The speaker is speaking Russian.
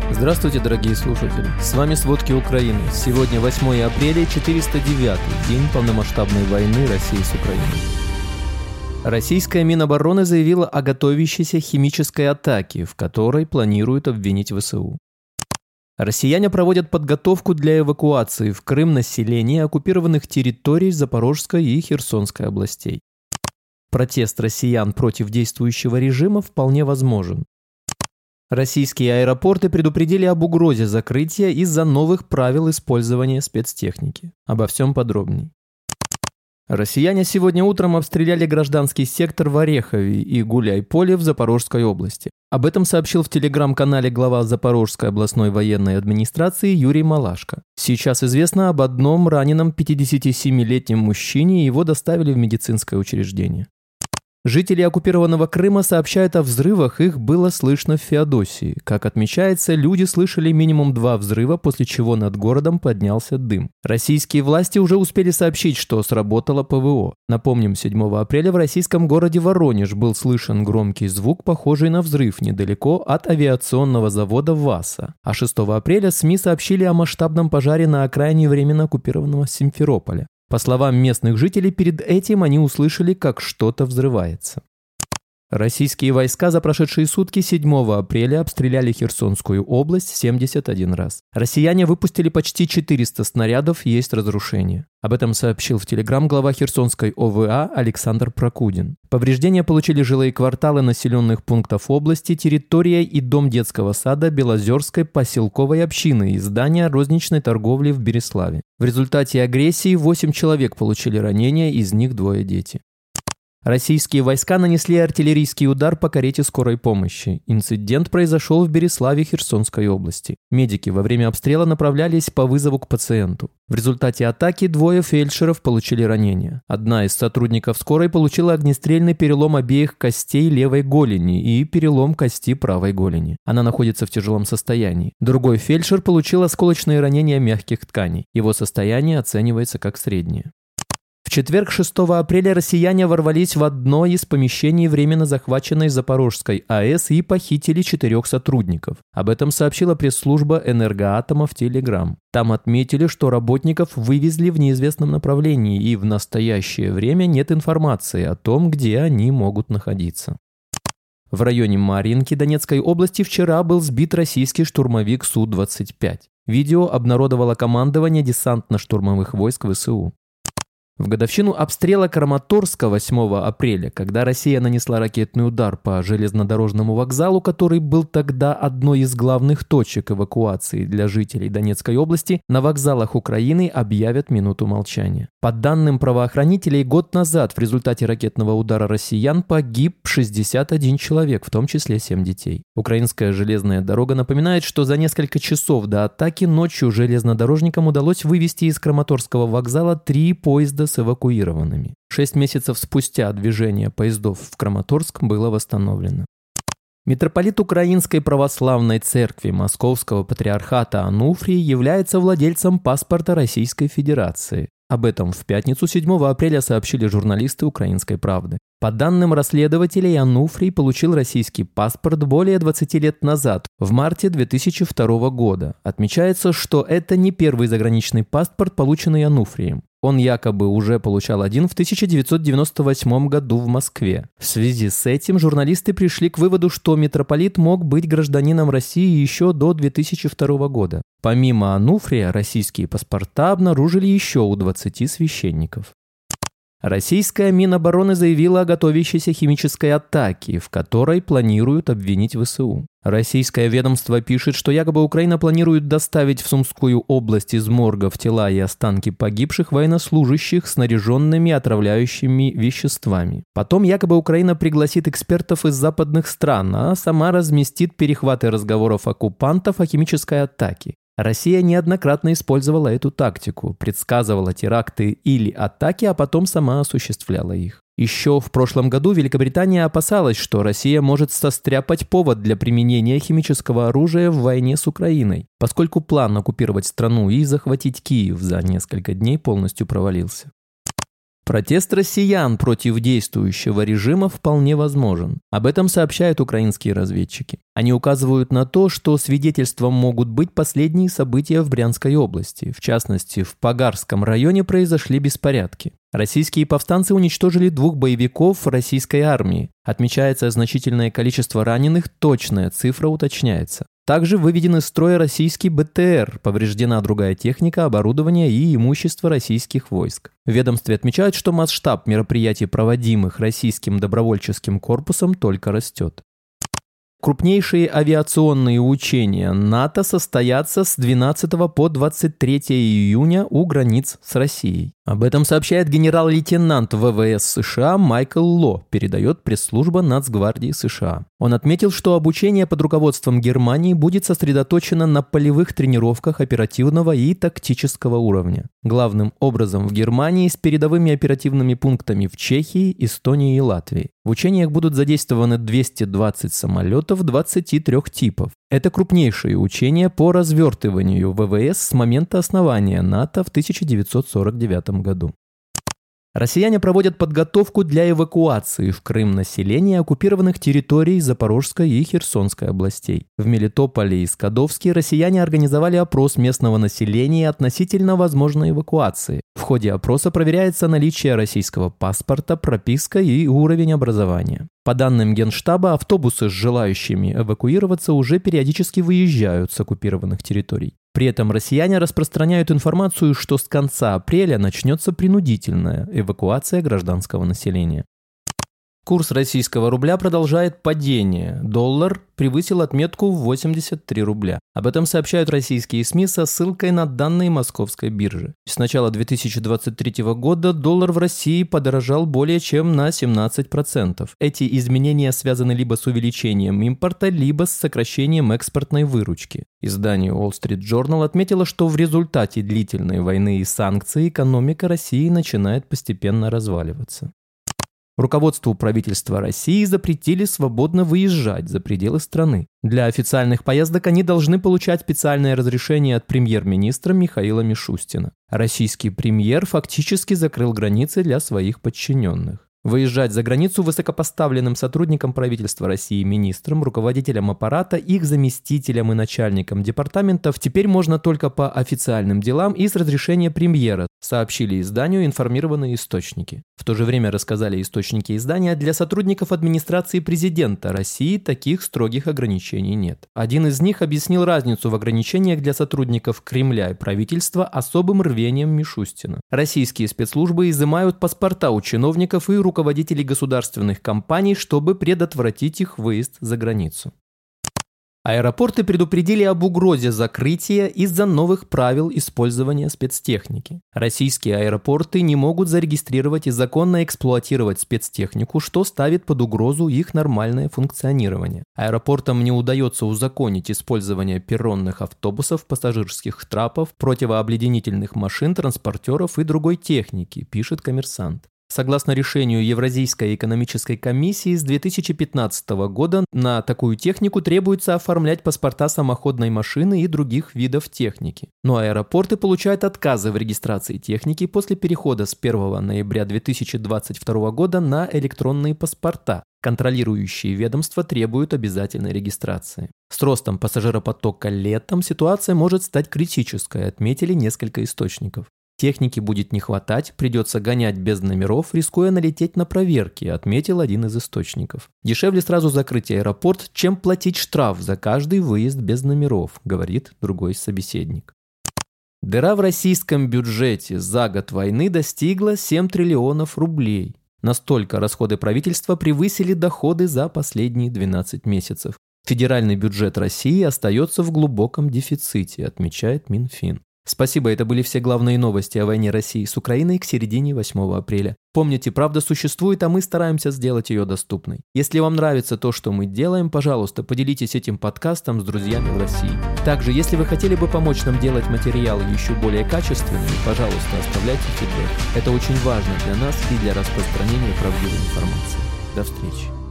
Здравствуйте, дорогие слушатели! С вами «Сводки Украины». Сегодня 8 апреля, 409-й день полномасштабной войны России с Украиной. Российская Минобороны заявила о готовящейся химической атаке, в которой планируют обвинить ВСУ. Россияне проводят подготовку для эвакуации в Крым населения оккупированных территорий Запорожской и Херсонской областей. Протест россиян против действующего режима вполне возможен. Российские аэропорты предупредили об угрозе закрытия из-за новых правил использования спецтехники. Обо всем подробней. Россияне сегодня утром обстреляли гражданский сектор в Орехове и Гуляйполе в Запорожской области. Об этом сообщил в телеграм-канале глава Запорожской областной военной администрации Юрий Малашко. Сейчас известно об одном раненом 57-летнем мужчине, и его доставили в медицинское учреждение. Жители оккупированного Крыма сообщают о взрывах, их было слышно в Феодосии. Как отмечается, люди слышали минимум 2 взрыва, после чего над городом поднялся дым. Российские власти уже успели сообщить, что сработало ПВО. Напомним, 7 апреля в российском городе Воронеж был слышен громкий звук, похожий на взрыв, недалеко от авиационного завода ВАСА. А 6 апреля СМИ сообщили о масштабном пожаре на окраине временно оккупированного Симферополя. По словам местных жителей, перед этим они услышали, как что-то взрывается. Российские войска за прошедшие сутки 7 апреля обстреляли Херсонскую область 71 раз. Россияне выпустили почти 400 снарядов, есть разрушения. Об этом сообщил в Телеграм глава Херсонской ОВА Александр Прокудин. Повреждения получили жилые кварталы населенных пунктов области, территория и дом детского сада Белозерской поселковой общины и здания розничной торговли в Береславе. В результате агрессии 8 человек получили ранения, из них 2 дети. Российские войска нанесли артиллерийский удар по карете скорой помощи. Инцидент произошел в Береславе Херсонской области. Медики во время обстрела направлялись по вызову к пациенту. В результате атаки 2 фельдшеров получили ранения. Одна из сотрудников скорой получила огнестрельный перелом обеих костей левой голени и перелом кости правой голени. Она находится в тяжелом состоянии. Другой фельдшер получил осколочные ранения мягких тканей. Его состояние оценивается как среднее. В четверг, 6 апреля, россияне ворвались в одно из помещений временно захваченной Запорожской АЭС и похитили 4 сотрудников. Об этом сообщила пресс-служба «Энергоатома» в Телеграм. Там отметили, что работников вывезли в неизвестном направлении, и в настоящее время нет информации о том, где они могут находиться. В районе Марьинки Донецкой области вчера был сбит российский штурмовик Су-25. Видео обнародовало командование десантно-штурмовых войск ВСУ. В годовщину обстрела Краматорска 8 апреля, когда Россия нанесла ракетный удар по железнодорожному вокзалу, который был тогда одной из главных точек эвакуации для жителей Донецкой области, на вокзалах Украины объявят минуту молчания. По данным правоохранителей, год назад в результате ракетного удара россиян погиб 61 человек, в том числе 7 детей. Украинская железная дорога напоминает, что за несколько часов до атаки ночью железнодорожникам удалось вывести из Краматорского вокзала 3 поезда с эвакуированными. 6 месяцев спустя движение поездов в Краматорск было восстановлено. Митрополит Украинской Православной Церкви Московского Патриархата Ануфрий является владельцем паспорта Российской Федерации. Об этом в пятницу 7 апреля сообщили журналисты «Украинской правды». По данным расследователей, Ануфрий получил российский паспорт более 20 лет назад, в марте 2002 года. Отмечается, что это не первый заграничный паспорт, полученный Ануфрием. Он якобы уже получал один в 1998 году в Москве. В связи с этим журналисты пришли к выводу, что митрополит мог быть гражданином России еще до 2002 года. Помимо Ануфрия, российские паспорта обнаружили еще у 20 священников. Российская Минобороны заявила о готовящейся химической атаке, в которой планируют обвинить ВСУ. Российское ведомство пишет, что якобы Украина планирует доставить в Сумскую область из моргов тела и останки погибших военнослужащих снаряженными отравляющими веществами. Потом якобы Украина пригласит экспертов из западных стран, а сама разместит перехваты разговоров оккупантов о химической атаке. Россия неоднократно использовала эту тактику, предсказывала теракты или атаки, а потом сама осуществляла их. Еще в прошлом году Великобритания опасалась, что Россия может состряпать повод для применения химического оружия в войне с Украиной, поскольку план оккупировать страну и захватить Киев за несколько дней полностью провалился. Протест россиян против действующего режима вполне возможен. Об этом сообщают украинские разведчики. Они указывают на то, что свидетельством могут быть последние события в Брянской области. В частности, в Погарском районе произошли беспорядки. Российские повстанцы уничтожили 2 боевиков российской армии. Отмечается значительное количество раненых, точная цифра уточняется. Также выведен из строя российский БТР, повреждена другая техника, оборудование и имущество российских войск. В ведомстве отмечают, что масштаб мероприятий, проводимых российским добровольческим корпусом, только растет. Крупнейшие авиационные учения НАТО состоятся с 12 по 23 июня у границ с Россией. Об этом сообщает генерал-лейтенант ВВС США Майкл Ло, передает пресс-служба Нацгвардии США. Он отметил, что обучение под руководством Германии будет сосредоточено на полевых тренировках оперативного и тактического уровня. Главным образом в Германии с передовыми оперативными пунктами в Чехии, Эстонии и Латвии. В учениях будут задействованы 220 самолетов 23 типов. Это крупнейшие учения по развертыванию ВВС с момента основания НАТО в 1949 году. Россияне проводят подготовку для эвакуации в Крым населения оккупированных территорий Запорожской и Херсонской областей. В Мелитополе и Скадовске россияне организовали опрос местного населения относительно возможной эвакуации. В ходе опроса проверяется наличие российского паспорта, прописка и уровень образования. По данным Генштаба, автобусы с желающими эвакуироваться уже периодически выезжают с оккупированных территорий. При этом россияне распространяют информацию, что с конца апреля начнется принудительная эвакуация гражданского населения. Курс российского рубля продолжает падение. Доллар превысил отметку в 83 рубля. Об этом сообщают российские СМИ со ссылкой на данные Московской биржи. С начала 2023 года доллар в России подорожал более чем на 17%. Эти изменения связаны либо с увеличением импорта, либо с сокращением экспортной выручки. Издание Wall Street Journal отметило, что в результате длительной войны и санкций экономика России начинает постепенно разваливаться. Руководству правительства России запретили свободно выезжать за пределы страны. Для официальных поездок они должны получать специальное разрешение от премьер-министра Михаила Мишустина. Российский премьер фактически закрыл границы для своих подчиненных. Выезжать за границу высокопоставленным сотрудникам правительства России, министрам, руководителям аппарата, их заместителям и начальникам департаментов теперь можно только по официальным делам и с разрешения премьера, сообщили изданию информированные источники. В то же время, рассказали источники издания, для сотрудников администрации президента России таких строгих ограничений нет. Один из них объяснил разницу в ограничениях для сотрудников Кремля и правительства особым рвением Мишустина. Российские спецслужбы изымают паспорта у чиновников и руководителей государственных компаний, чтобы предотвратить их выезд за границу. Аэропорты предупредили об угрозе закрытия из-за новых правил использования спецтехники. Российские аэропорты не могут зарегистрировать и законно эксплуатировать спецтехнику, что ставит под угрозу их нормальное функционирование. Аэропортам не удается узаконить использование перронных автобусов, пассажирских трапов, противообледенительных машин, транспортеров и другой техники, пишет «Коммерсант». Согласно решению Евразийской экономической комиссии, с 2015 года на такую технику требуется оформлять паспорта самоходной машины и других видов техники. Но аэропорты получают отказы в регистрации техники после перехода с 1 ноября 2022 года на электронные паспорта. Контролирующие ведомства требуют обязательной регистрации. С ростом пассажиропотока летом ситуация может стать критической, отметили несколько источников. Техники будет не хватать, придется гонять без номеров, рискуя налететь на проверки, отметил один из источников. Дешевле сразу закрыть аэропорт, чем платить штраф за каждый выезд без номеров, говорит другой собеседник. Дыра в российском бюджете за год войны достигла 7 триллионов рублей. Настолько расходы правительства превысили доходы за последние 12 месяцев. Федеральный бюджет России остается в глубоком дефиците, отмечает Минфин. Спасибо, это были все главные новости о войне России с Украиной к середине 8 апреля. Помните, правда существует, а мы стараемся сделать ее доступной. Если вам нравится то, что мы делаем, пожалуйста, поделитесь этим подкастом с друзьями в России. Также, если вы хотели бы помочь нам делать материалы еще более качественными, пожалуйста, оставляйте фидбэк. Это очень важно для нас и для распространения правдивой информации. До встречи.